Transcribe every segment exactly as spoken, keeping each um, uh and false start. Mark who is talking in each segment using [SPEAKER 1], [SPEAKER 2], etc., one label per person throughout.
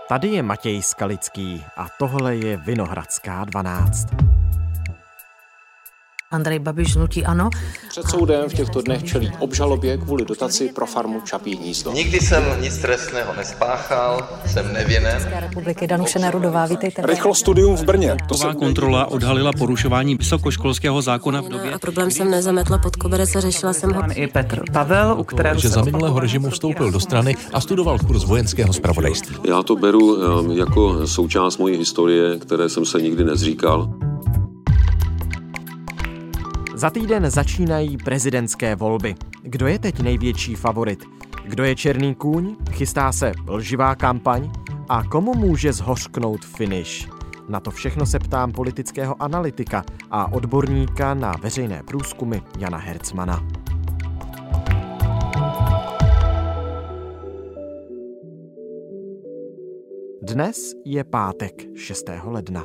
[SPEAKER 1] Tady je Matěj Skalický a tohle je Vinohradská dvanáct.
[SPEAKER 2] Andrej Babiš z hnutí ANO.
[SPEAKER 3] Před soudem v těchto dnech čelí obžalobě kvůli dotaci pro farmu Čapí hnízdo.
[SPEAKER 4] Nikdy jsem nic trestného nespáchal, jsem nevinen.
[SPEAKER 2] České republiky Danuše Nerudová, vítejte.
[SPEAKER 3] Rychlostudium v Brně.
[SPEAKER 5] Taková kontrola odhalila porušování vysokoškolského zákona v době.
[SPEAKER 6] A problém jsem nezametla pod koberec a řešila jsem ho.
[SPEAKER 2] I Petr Pavel, u kterého
[SPEAKER 7] že za minulého režimu vstoupil do strany a studoval kurz vojenského zpravodajství.
[SPEAKER 8] Já to beru jako součást mojí historie, které jsem se nikdy nezříkal.
[SPEAKER 1] Za týden začínají prezidentské volby. Kdo je teď největší favorit? Kdo je černý kůň? Chystá se lživá kampaň? A komu může zhořknout finish? Na to všechno se ptám politického analytika a odborníka na veřejné průzkumy Jana Hercmana. Dnes je pátek, šestého ledna.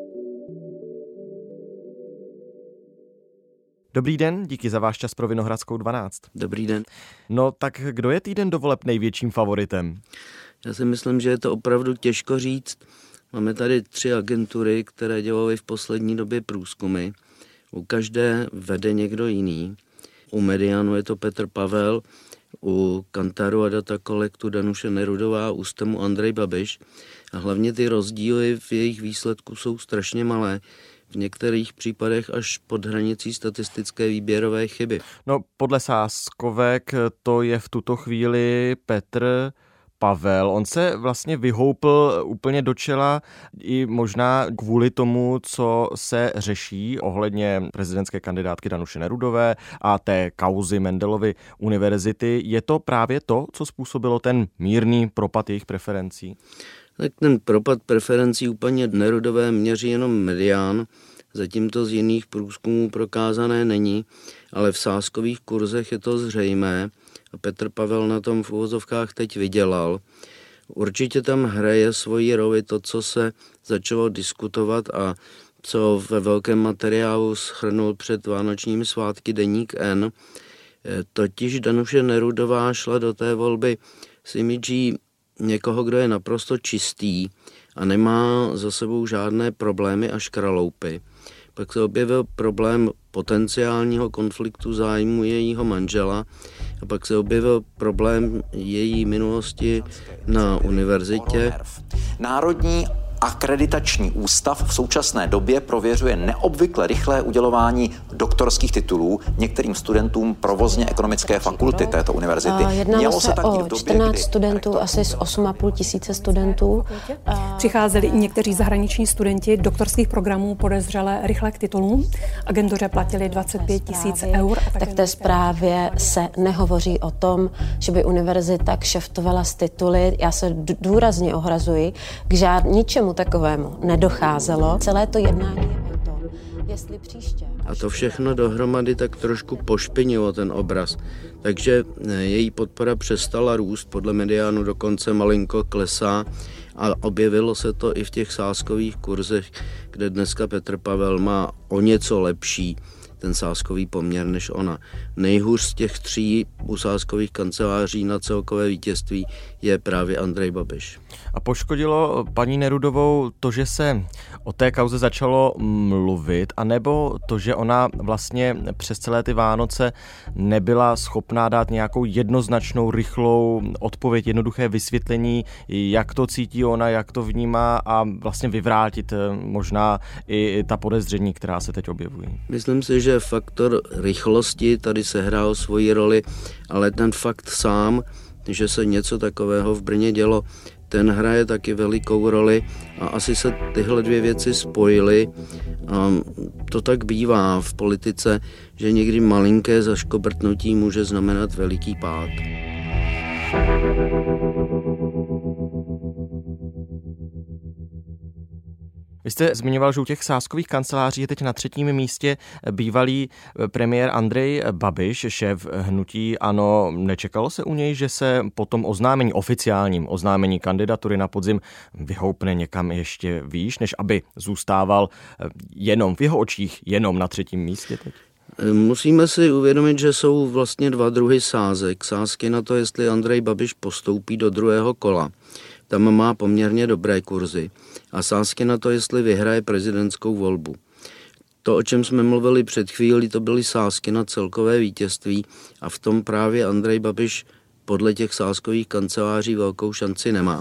[SPEAKER 1] Dobrý den, díky za váš čas pro Vinohradskou dvanáct.
[SPEAKER 9] Dobrý den.
[SPEAKER 1] No tak kdo je týden do voleb největším favoritem?
[SPEAKER 9] Já si myslím, že je to opravdu těžko říct. Máme tady tři agentury, které dělaly v poslední době průzkumy. U každé vede někdo jiný. U Medianu je to Petr Pavel, u Kantaru a Data Collectu Danuše Nerudová, u Stemu Andrej Babiš. A hlavně ty rozdíly v jejich výsledku jsou strašně malé. V některých případech až pod hranicí statistické výběrové chyby.
[SPEAKER 1] No, podle sázkovek to je v tuto chvíli Petr Pavel. On se vlastně vyhoupl úplně do čela i možná kvůli tomu, co se řeší ohledně prezidentské kandidátky Danuše Nerudové a té kauzy Mendelovy univerzity. Je to právě to, co způsobilo ten mírný propad jejich preferencí?
[SPEAKER 9] Tak ten propad preferencí úplně Nerudové měří jenom Medián, zatím to z jiných průzkumů prokázané není, ale v sázkových kurzech je to zřejmé a Petr Pavel na tom v uvozovkách teď vydělal. Určitě tam hraje svoji roli to, co se začalo diskutovat a co ve velkém materiálu shrnul před vánočními svátky deník N. Totiž Danuše Nerudová šla do té volby s imidží někoho, kdo je naprosto čistý a nemá za sebou žádné problémy a škraloupy. Pak se objevil problém potenciálního konfliktu zájmu jejího manžela a pak se objevil problém její minulosti na univerzitě.
[SPEAKER 10] Národní akreditační ústav v současné době prověřuje neobvykle rychlé udělování doktorských titulů některým studentům provozně ekonomické fakulty této univerzity.
[SPEAKER 6] Jednalo se o čtrnáct studentů, asi z osm a půl tisíce studentů.
[SPEAKER 11] Přicházeli i někteří zahraniční studenti doktorských programů podezřelé rychle k titulům. Agentuře platili dvacet pět tisíc eur.
[SPEAKER 6] Tak v té zprávě se nehovoří o tom, že by univerzita kšeftovala z tituly. Já se důrazně ohrazuji k žád ničemu takovému nedocházelo. Celé to jednání je o tom, jestli příště...
[SPEAKER 9] A to všechno dohromady tak trošku pošpinilo ten obraz. Takže její podpora přestala růst, podle Mediánu dokonce malinko klesá a objevilo se to i v těch sázkových kurzech, kde dneska Petr Pavel má o něco lepší ten sázkový poměr než ona. Nejhůř z těch tří u sázkových kanceláří na celkové vítězství je právě Andrej Babiš.
[SPEAKER 1] A poškodilo paní Nerudovou to, že se o té kauze začalo mluvit, anebo to, že ona vlastně přes celé ty Vánoce nebyla schopná dát nějakou jednoznačnou, rychlou odpověď, jednoduché vysvětlení, jak to cítí ona, jak to vnímá a vlastně vyvrátit možná i ta podezření, která se teď objevují.
[SPEAKER 9] Myslím si, že faktor rychlosti tady sehrál svoji roli, ale ten fakt sám, že se něco takového v Brně dělo, ten hraje taky velikou roli a asi se tyhle dvě věci spojily. A to tak bývá v politice, že někdy malinké zaškobrtnutí může znamenat veliký pád.
[SPEAKER 1] Vy jste zmiňoval, že u těch sázkových kanceláří je teď na třetím místě bývalý premiér Andrej Babiš, šéf hnutí ANO. Nečekalo se u něj, že se po tom oznámení, oficiálním oznámení kandidatury na podzim vyhoupne někam ještě výš, než aby zůstával jenom v jeho očích jenom na třetím místě teď?
[SPEAKER 9] Musíme si uvědomit, že jsou vlastně dva druhy sázek. Sázky na to, jestli Andrej Babiš postoupí do druhého kola. tam má poměrně dobré kurzy a sázky na to, jestli vyhraje prezidentskou volbu. To, o čem jsme mluvili před chvílí, to byly sázky na celkové vítězství a v tom právě Andrej Babiš podle těch sázkových kanceláří velkou šanci nemá.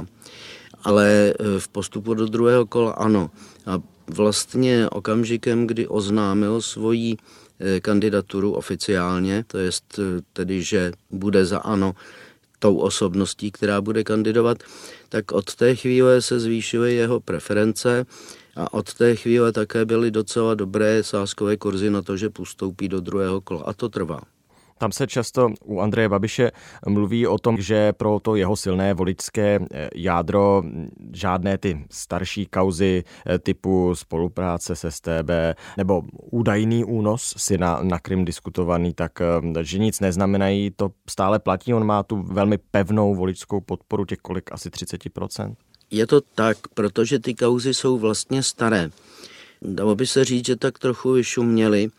[SPEAKER 9] Ale v postupu do druhého kola ano. A vlastně okamžikem, kdy oznámil svoji kandidaturu oficiálně, to jest tedy, že bude za ANO tou osobností, která bude kandidovat, tak od té chvíle se zvýšily jeho preference a od té chvíle také byly docela dobré sázkové kurzy na to, že postoupí do druhého kola a to trvá.
[SPEAKER 1] Tam se často u Andreje Babiše mluví o tom, že pro to jeho silné voličské jádro žádné ty starší kauzy typu spolupráce s S T B nebo údajný únos syna na Krym diskutovaný, tak že nic neznamenají, to stále platí. On má tu velmi pevnou voličskou podporu, těch kolik asi třicet procent.
[SPEAKER 9] Je to tak, protože ty kauzy jsou vlastně staré. Dalo by se říct, že tak trochu vyšuměli.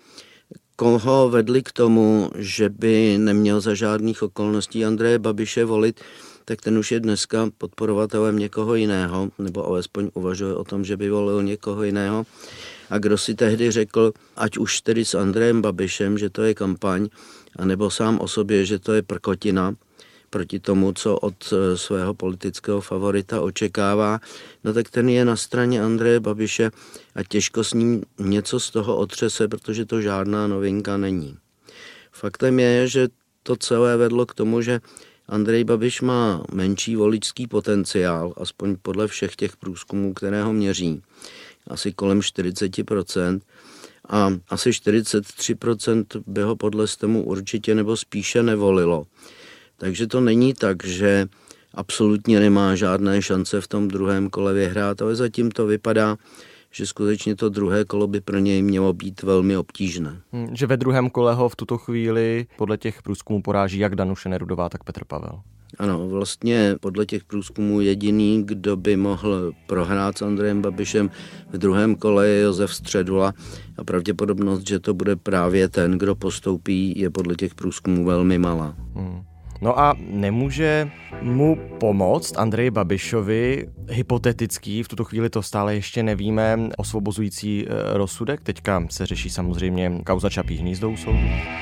[SPEAKER 9] Koho vedli k tomu, že by neměl za žádných okolností Andreje Babiše volit, tak ten už je dneska podporovatelem někoho jiného, nebo alespoň uvažuje o tom, že by volil někoho jiného. A kdo si tehdy řekl, ať už tedy s Andrejem Babišem, že to je kampaň, anebo sám o sobě, že to je prkotina, proti tomu, co od svého politického favorita očekává, no tak ten je na straně Andreje Babiše a těžko s ním něco z toho otřese, protože to žádná novinka není. Faktem je, že to celé vedlo k tomu, že Andrej Babiš má menší voličský potenciál, aspoň podle všech těch průzkumů, které ho měří, asi kolem čtyřicet procent, a asi čtyřicet tři procent by ho podle STEMu určitě nebo spíše nevolilo. Takže to není tak, že absolutně nemá žádné šance v tom druhém kole vyhrát, ale zatím to vypadá, že skutečně to druhé kolo by pro něj mělo být velmi obtížné.
[SPEAKER 1] Hmm, že ve druhém kole ho v tuto chvíli podle těch průzkumů poráží jak Danuše Nerudová, tak Petr Pavel.
[SPEAKER 9] Ano, vlastně podle těch průzkumů jediný, kdo by mohl prohrát s Andrejem Babišem v druhém kole, je Josef Středula a pravděpodobnost, že to bude právě ten, kdo postoupí, je podle těch průzkumů velmi malá.
[SPEAKER 1] Hmm. No a nemůže mu pomoct Andreji Babišovi hypotetický, v tuto chvíli to stále ještě nevíme, osvobozující rozsudek? Teďka se řeší samozřejmě kauza Čapí hnízdo u soudu.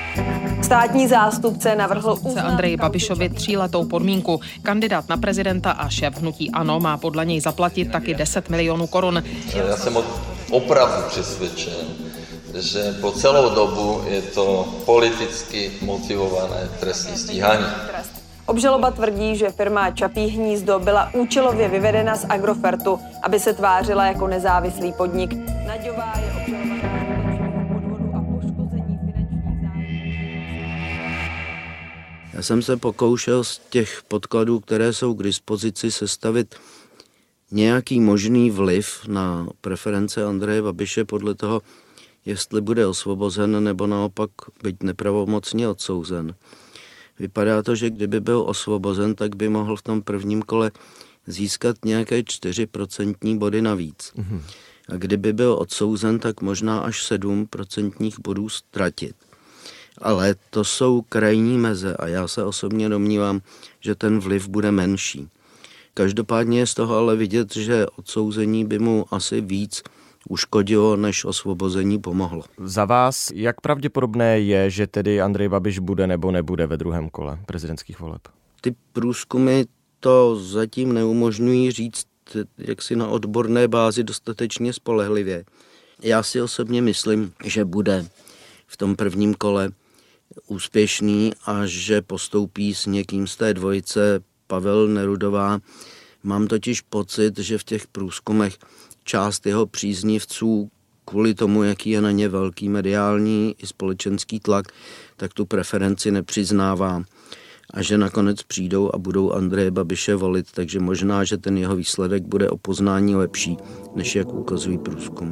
[SPEAKER 12] Státní zástupce navrhl
[SPEAKER 13] uznat Andreji Babišovi tříletou podmínku. Kandidát na prezidenta a šéf hnutí ANO má podle něj zaplatit taky deset milionů korun.
[SPEAKER 4] Já jsem opravdu přesvědčen, že po celou dobu je to politicky motivované trestní stíhání.
[SPEAKER 12] Obžaloba tvrdí, že firma Čapí hnízdo byla účelově vyvedena z Agrofertu, aby se tvářila jako nezávislý podnik. Naďová je obžalovaná podvodu a poškození finančních zájmů.
[SPEAKER 9] Já jsem se pokoušel z těch podkladů, které jsou k dispozici, sestavit nějaký možný vliv na preference Andreje Babiše podle toho, jestli bude osvobozen nebo naopak byť nepravomocně odsouzen. Vypadá to, že kdyby byl osvobozen, tak by mohl v tom prvním kole získat nějaké čtyři procentní body navíc. Mm-hmm. A kdyby byl odsouzen, tak možná až sedm procentních bodů ztratit. Ale to jsou krajní meze a já se osobně domnívám, že ten vliv bude menší. Každopádně je z toho ale vidět, že odsouzení by mu asi víc uškodilo, než osvobození pomohlo.
[SPEAKER 1] Za vás, jak pravděpodobné je, že tedy Andrej Babiš bude nebo nebude ve druhém kole prezidentských voleb?
[SPEAKER 9] Ty průzkumy to zatím neumožňují říct jaksi na odborné bázi dostatečně spolehlivě. Já si osobně myslím, že bude v tom prvním kole úspěšný a že postoupí s někým z té dvojice Pavel Nerudová. Mám totiž pocit, že v těch průzkumech část jeho příznivců kvůli tomu, jaký je na ně velký mediální i společenský tlak, tak tu preferenci nepřiznává a že nakonec přijdou a budou Andreje Babiše volit, takže možná, že ten jeho výsledek bude o poznání lepší, než jak ukazují průzkumy.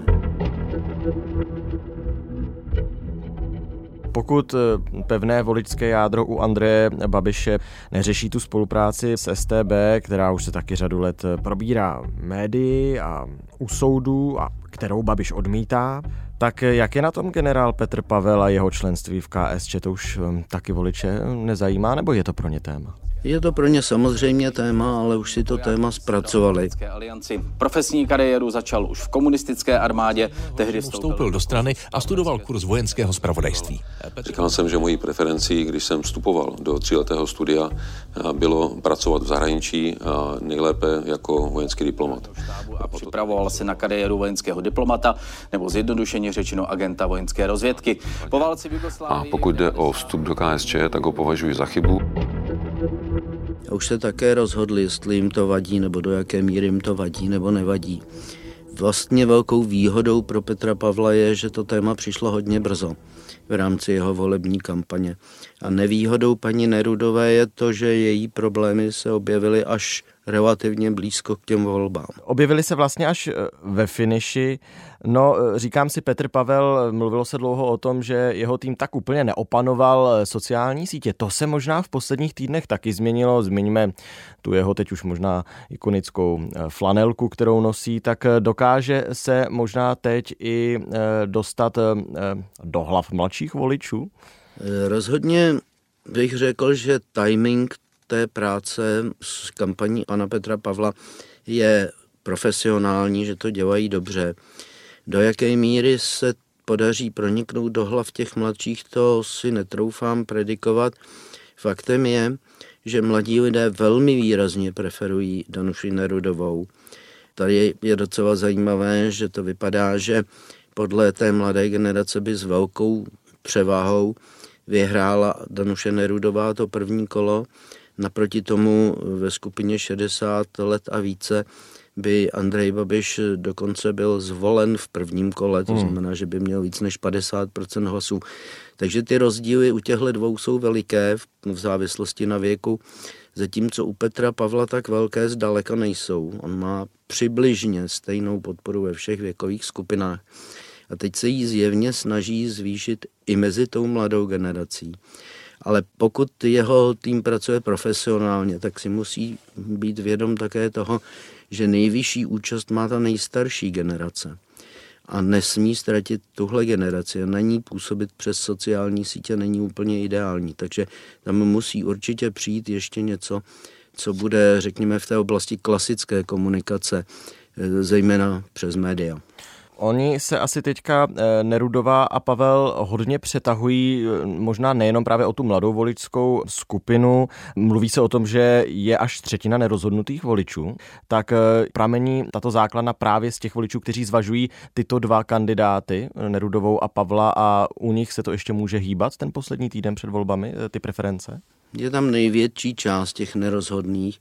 [SPEAKER 1] Pokud pevné voličské jádro u Andreje Babiše neřeší tu spolupráci s S T B, která už se taky řadu let probírá médii a u soudu a kterou Babiš odmítá, tak jak je na tom generál Petr Pavel a jeho členství v K S Č? To už taky voliče nezajímá, nebo je to pro ně téma?
[SPEAKER 9] Je to pro ně samozřejmě téma, ale už si to téma zpracovali.
[SPEAKER 14] Profesní kariéru začal už v komunistické armádě. Tehdy
[SPEAKER 7] vstoupil do strany a studoval kurz vojenského zpravodajství.
[SPEAKER 8] Říkal jsem, že mojí preferencí, když jsem vstupoval do tříletého studia, bylo pracovat v zahraničí a nejlépe jako vojenský diplomat.
[SPEAKER 14] A připravoval se na kariéru vojenského diplomata nebo zjednodušeně řečeno agenta vojenské rozvědky. Po válce v Jugoslávii...
[SPEAKER 8] A pokud jde o vstup do K S Č, tak ho považuji za chybu.
[SPEAKER 9] A už se také rozhodli, jestli jim to vadí, nebo do jaké míry jim to vadí, nebo nevadí. Vlastně velkou výhodou pro Petra Pavla je, že to téma přišlo hodně brzo v rámci jeho volební kampaně. A nevýhodou paní Nerudové je to, že její problémy se objevily až relativně blízko k těm volbám.
[SPEAKER 1] Objevily se vlastně až ve finiši. No, říkám si, Petr Pavel, mluvilo se dlouho o tom, že jeho tým tak úplně neopanoval sociální sítě. To se možná v posledních týdnech taky změnilo. Zmiňme tu jeho teď už možná ikonickou flanelku, kterou nosí, tak dokáže se možná teď i dostat do hlav mladších voličů?
[SPEAKER 9] Rozhodně bych řekl, že timing té práce s kampaní pana Petra Pavla je profesionální, že to dělají dobře. Do jaké míry se podaří proniknout do hlav těch mladších, to si netroufám predikovat. Faktem je, že mladí lidé velmi výrazně preferují Danuši Nerudovou. Tady je docela zajímavé, že to vypadá, že podle té mladé generace by s velkou převahou vyhrála Danuše Nerudová to první kolo. Naproti tomu ve skupině šedesát let a více by Andrej Babiš dokonce byl zvolen v prvním kole, to znamená, že by měl víc než padesát procent hlasů. Takže ty rozdíly u těchto dvou jsou veliké v závislosti na věku, zatímco u Petra Pavla tak velké zdaleka nejsou. On má přibližně stejnou podporu ve všech věkových skupinách. A teď se jí zjevně snaží zvýšit i mezi tou mladou generací. Ale pokud jeho tým pracuje profesionálně, tak si musí být vědom také toho, že nejvyšší účast má ta nejstarší generace. A nesmí ztratit tuhle generaci. Na ní působit přes sociální sítě není úplně ideální. Takže tam musí určitě přijít ještě něco, co bude, řekněme, v té oblasti klasické komunikace, zejména přes média.
[SPEAKER 1] Oni se asi teďka Nerudová a Pavel hodně přetahují, možná nejenom právě o tu mladou voličskou skupinu. Mluví se o tom, že je až třetina nerozhodnutých voličů. Tak pramení tato základna právě z těch voličů, kteří zvažují tyto dva kandidáty, Nerudovou a Pavla, a u nich se to ještě může hýbat ten poslední týden před volbami, ty preference?
[SPEAKER 9] Je tam největší část těch nerozhodných.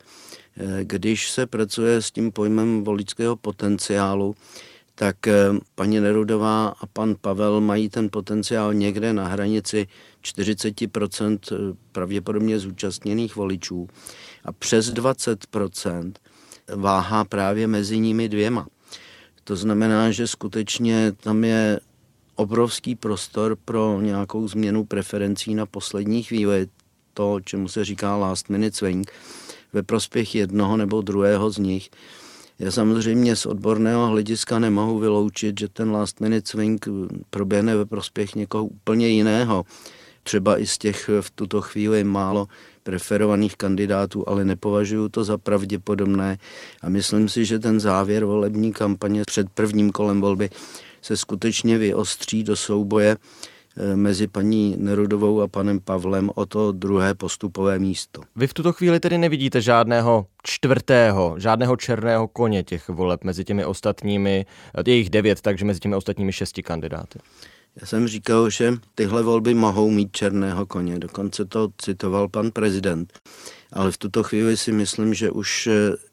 [SPEAKER 9] Když se pracuje s tím pojmem voličského potenciálu, tak paní Nerudová a pan Pavel mají ten potenciál někde na hranici čtyřicet procent pravděpodobně zúčastněných voličů a přes dvacet procent váhá právě mezi nimi dvěma. To znamená, že skutečně tam je obrovský prostor pro nějakou změnu preferencí na poslední chvíli, to, čemu se říká last minute swing, ve prospěch jednoho nebo druhého z nich. Já samozřejmě z odborného hlediska nemohu vyloučit, že ten last minute swing proběhne ve prospěch někoho úplně jiného. Třeba i z těch v tuto chvíli málo preferovaných kandidátů, ale nepovažuji to za pravděpodobné. A myslím si, že ten závěr volební kampaně před prvním kolem volby se skutečně vyostří do souboje mezi paní Nerudovou a panem Pavlem o to druhé postupové místo.
[SPEAKER 1] Vy v tuto chvíli tedy nevidíte žádného čtvrtého, žádného černého koně těch voleb mezi těmi ostatními, je jich devět, takže mezi těmi ostatními šesti kandidáty.
[SPEAKER 9] Já jsem říkal, že tyhle volby mohou mít černého koně, dokonce to citoval pan prezident, ale v tuto chvíli si myslím, že už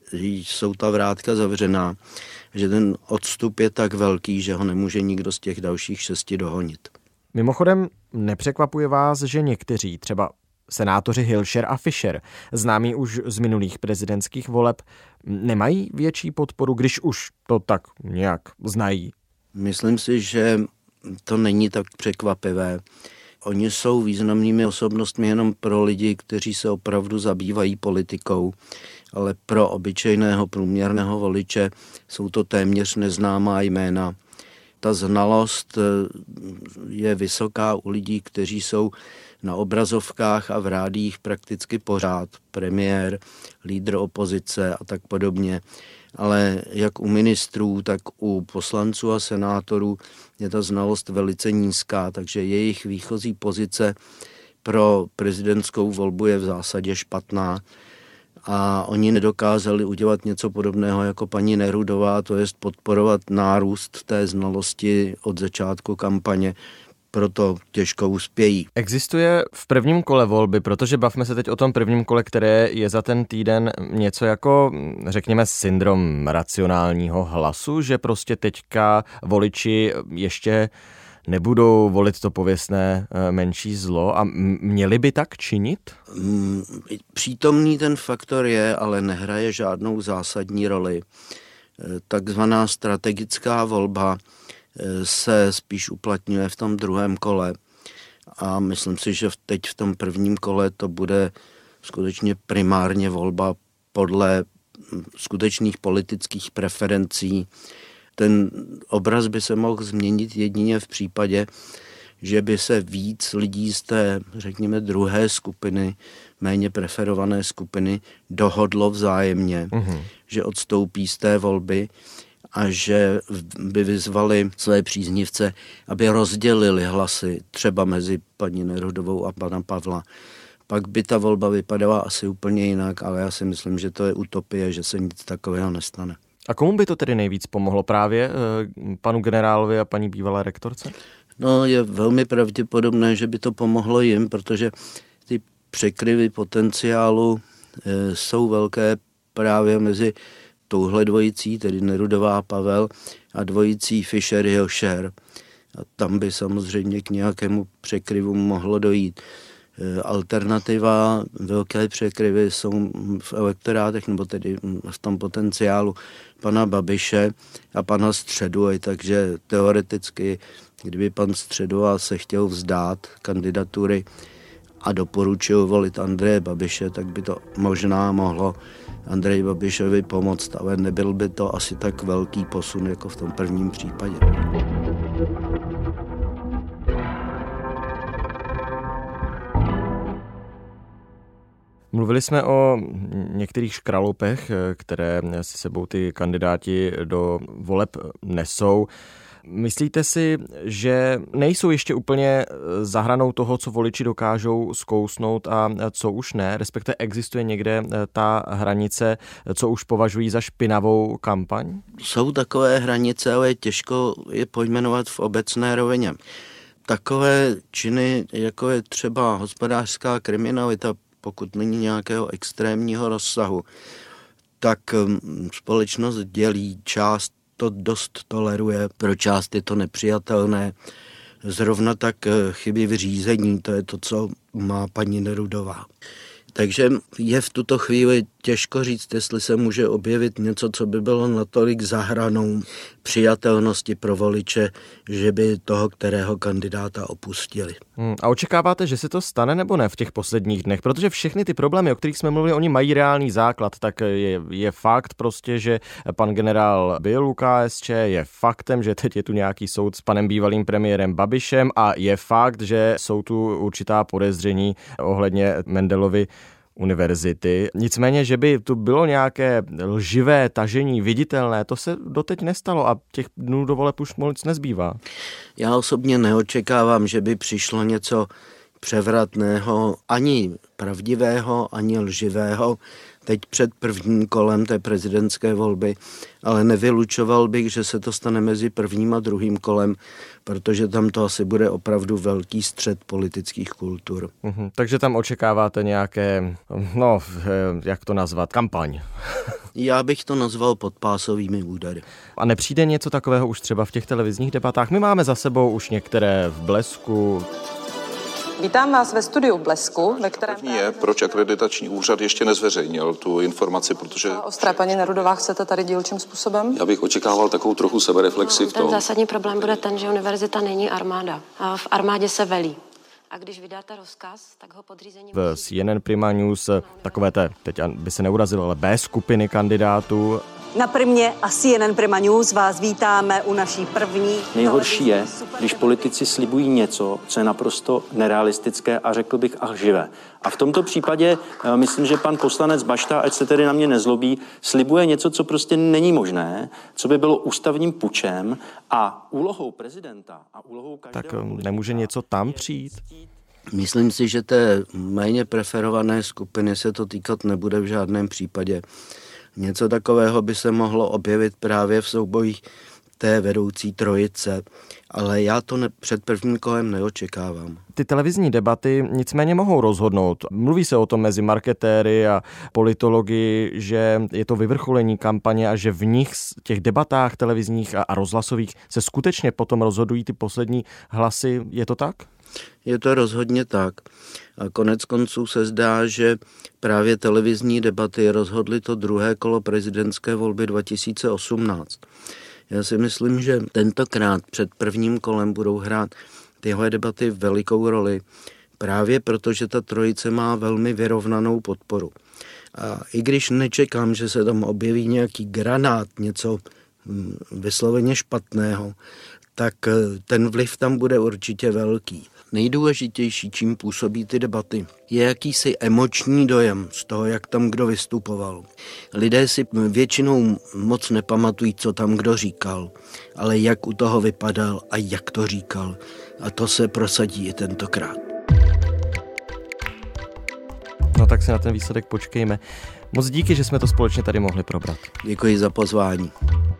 [SPEAKER 9] jsou ta vrátka zavřená, že ten odstup je tak velký, že ho nemůže nikdo z těch dalších šesti dohonit.
[SPEAKER 1] Mimochodem, nepřekvapuje vás, že někteří, třeba senátoři Hilšer a Fischer, známí už z minulých prezidentských voleb, nemají větší podporu, když už to tak nějak znají?
[SPEAKER 9] Myslím si, že to není tak překvapivé. Oni jsou významnými osobnostmi jenom pro lidi, kteří se opravdu zabývají politikou, ale pro obyčejného průměrného voliče jsou to téměř neznámá jména. ta znalost je vysoká u lidí, kteří jsou na obrazovkách a v rádiích prakticky pořád. Premiér, lídr opozice a tak podobně. Ale jak u ministrů, tak u poslanců a senátorů je ta znalost velice nízká, takže jejich výchozí pozice pro prezidentskou volbu je v zásadě špatná. A oni nedokázali udělat něco podobného jako paní Nerudová, to jest podporovat nárůst té znalosti od začátku kampaně. Proto těžko uspějí.
[SPEAKER 1] Existuje v prvním kole volby, protože bavme se teď o tom prvním kole, které je za ten týden něco jako, řekněme, syndrom racionálního hlasu, že prostě teďka voliči ještě nebudou volit to pověstné menší zlo a měli by tak činit?
[SPEAKER 9] Přítomný ten faktor je, ale nehraje žádnou zásadní roli. Takzvaná strategická volba se spíš uplatňuje v tom druhém kole a myslím si, že teď v tom prvním kole to bude skutečně primárně volba podle skutečných politických preferencí. Ten obraz by se mohl změnit jedině v případě, že by se víc lidí z té, řekněme, druhé skupiny, méně preferované skupiny, dohodlo vzájemně, mm-hmm. že odstoupí z té volby a že by vyzvali své příznivce, aby rozdělili hlasy třeba mezi paní Nerudovou a pana Pavla. Pak by ta volba vypadala asi úplně jinak, ale já si myslím, že to je utopie, že se nic takového nestane.
[SPEAKER 1] A komu by to tedy nejvíc pomohlo? Právě panu generálovi a paní bývalé rektorce?
[SPEAKER 9] No, je velmi pravděpodobné, že by to pomohlo jim, protože ty překryvy potenciálu e, jsou velké právě mezi touhle dvojicí, tedy Nerudová Pavel a dvojicí Fischer-Jošer. A tam by samozřejmě k nějakému překryvu mohlo dojít. Alternativa, velké překryvy jsou v elektorátech, nebo tedy v tom potenciálu pana Babiše a pana Středuly, takže teoreticky, kdyby pan Středula se chtěl vzdát kandidatury a doporučil volit Andreje Babiše, tak by to možná mohlo Andreji Babišovi pomoct, ale nebyl by to asi tak velký posun jako v tom prvním případě.
[SPEAKER 1] Mluvili jsme o některých škralupech, které si sebou ty kandidáti do voleb nesou. Myslíte si, že nejsou ještě úplně za hranou toho, co voliči dokážou zkousnout a co už ne? Respektive existuje někde ta hranice, co už považují za špinavou kampaň?
[SPEAKER 9] Jsou takové hranice, ale těžko je pojmenovat v obecné rovině. Takové činy, jako je třeba hospodářská kriminalita, pokud není nějakého extrémního rozsahu, tak společnost dělí, část to dost toleruje, pro část je to nepřijatelné. Zrovna tak chyby v řízení, to je to, co má paní Nerudová. Takže je v tuto chvíli těžko říct, jestli se může objevit něco, co by bylo natolik za hranou přijatelnosti pro voliče, že by toho kterého kandidáta opustili.
[SPEAKER 1] Hmm, a očekáváte, že se to stane nebo ne v těch posledních dnech? Protože všechny ty problémy, o kterých jsme mluvili, oni mají reálný základ. Tak je, je fakt prostě, že pan generál byl u K S Č, je faktem, že teď je tu nějaký soud s panem bývalým premiérem Babišem a je fakt, že jsou tu určitá podezření ohledně Mendelovy univerzity. Nicméně, že by tu bylo nějaké lživé tažení viditelné, to se doteď nestalo a těch dnů do voleb už moc nezbývá.
[SPEAKER 9] Já osobně neočekávám, že by přišlo něco převratného, ani pravdivého, ani lživého teď před prvním kolem té prezidentské volby, ale nevylučoval bych, že se to stane mezi prvním a druhým kolem, protože tam to asi bude opravdu velký střet politických kultur.
[SPEAKER 1] Mhm, takže tam očekáváte nějaké, no, jak to nazvat, kampaň?
[SPEAKER 9] Já bych to nazval podpásovými údery.
[SPEAKER 1] A nepřijde něco takového už třeba v těch televizních debatách? My máme za sebou už některé v Blesku.
[SPEAKER 12] Vítám vás ve studiu Blesku, ve kterém...
[SPEAKER 15] První je, proč akreditační úřad ještě nezveřejnil tu informaci, protože...
[SPEAKER 12] Ostrá paní Nerudová, chcete tady dílčím způsobem?
[SPEAKER 8] Já bych očekával takovou trochu sebereflexi v tom.
[SPEAKER 6] Ten zásadní problém bude ten, že univerzita není armáda. A v armádě se velí. A když vydáte rozkaz, tak ho podřízení...
[SPEAKER 1] V C N N Prima News takové té, teď by se neurazilo, ale B skupiny kandidátů
[SPEAKER 16] Na Primě a C N N Prima News vás vítáme u naší první...
[SPEAKER 3] Nejhorší je, když politici slibují něco, co je naprosto nerealistické a řekl bych až živé. A v tomto případě myslím, že pan poslanec Bašta, ať se tedy na mě nezlobí, slibuje něco, co prostě není možné, co by bylo ústavním pučem a úlohou prezidenta a úlohou každého...
[SPEAKER 1] Tak nemůže něco tam přijít?
[SPEAKER 9] Myslím si, že té méně preferované skupiny se to týkat nebude v žádném případě. Něco takového by se mohlo objevit právě v soubojích té vedoucí trojice, ale já to ne, před prvním kolem neočekávám.
[SPEAKER 1] Ty televizní debaty nicméně mohou rozhodnout. Mluví se o tom mezi marketéry a politologi, že je to vyvrcholení kampaně a že v nich, těch debatách televizních a, a rozhlasových se skutečně potom rozhodují ty poslední hlasy. Je to tak?
[SPEAKER 9] Je to rozhodně tak. A konec konců se zdá, že právě televizní debaty rozhodly to druhé kolo prezidentské volby dva tisíce osmnáct. Já si myslím, že tentokrát před prvním kolem budou hrát tyhle debaty velikou roli, právě protože ta trojice má velmi vyrovnanou podporu. A i když nečekám, že se tam objeví nějaký granát, něco vysloveně špatného, tak ten vliv tam bude určitě velký. Nejdůležitější, čím působí ty debaty, je jakýsi emoční dojem z toho, jak tam kdo vystupoval. Lidé si většinou moc nepamatují, co tam kdo říkal, ale jak u toho vypadal a jak to říkal. A to se prosadí i tentokrát.
[SPEAKER 1] No tak si na ten výsledek počkejme. Moc díky, že jsme to společně tady mohli probrat.
[SPEAKER 9] Děkuji za pozvání.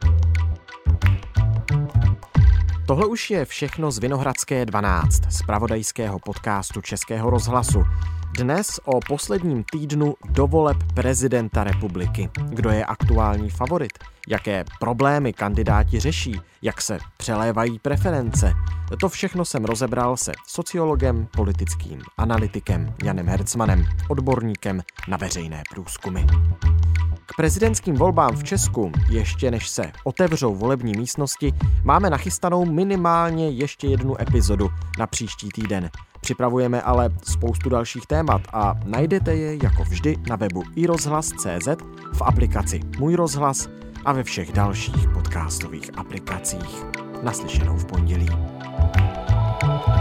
[SPEAKER 17] Tohle už je všechno z Vinohradské dvanáct, zpravodajského podcastu Českého rozhlasu. Dnes o posledním týdnu do voleb prezidenta republiky. Kdo je aktuální favorit? Jaké problémy kandidáti řeší? Jak se přelévají preference? To všechno jsem rozebral se sociologem, politickým analytikem Janem Hercmanem, odborníkem na veřejné průzkumy. K prezidentským volbám v Česku, ještě než se otevřou volební místnosti, máme nachystanou minimálně ještě jednu epizodu na příští týden. Připravujeme ale spoustu dalších témat a najdete je jako vždy na webu i rozhlas tečka cé zet, v aplikaci Můj rozhlas a ve všech dalších podcastových aplikacích. Naslyšenou v pondělí.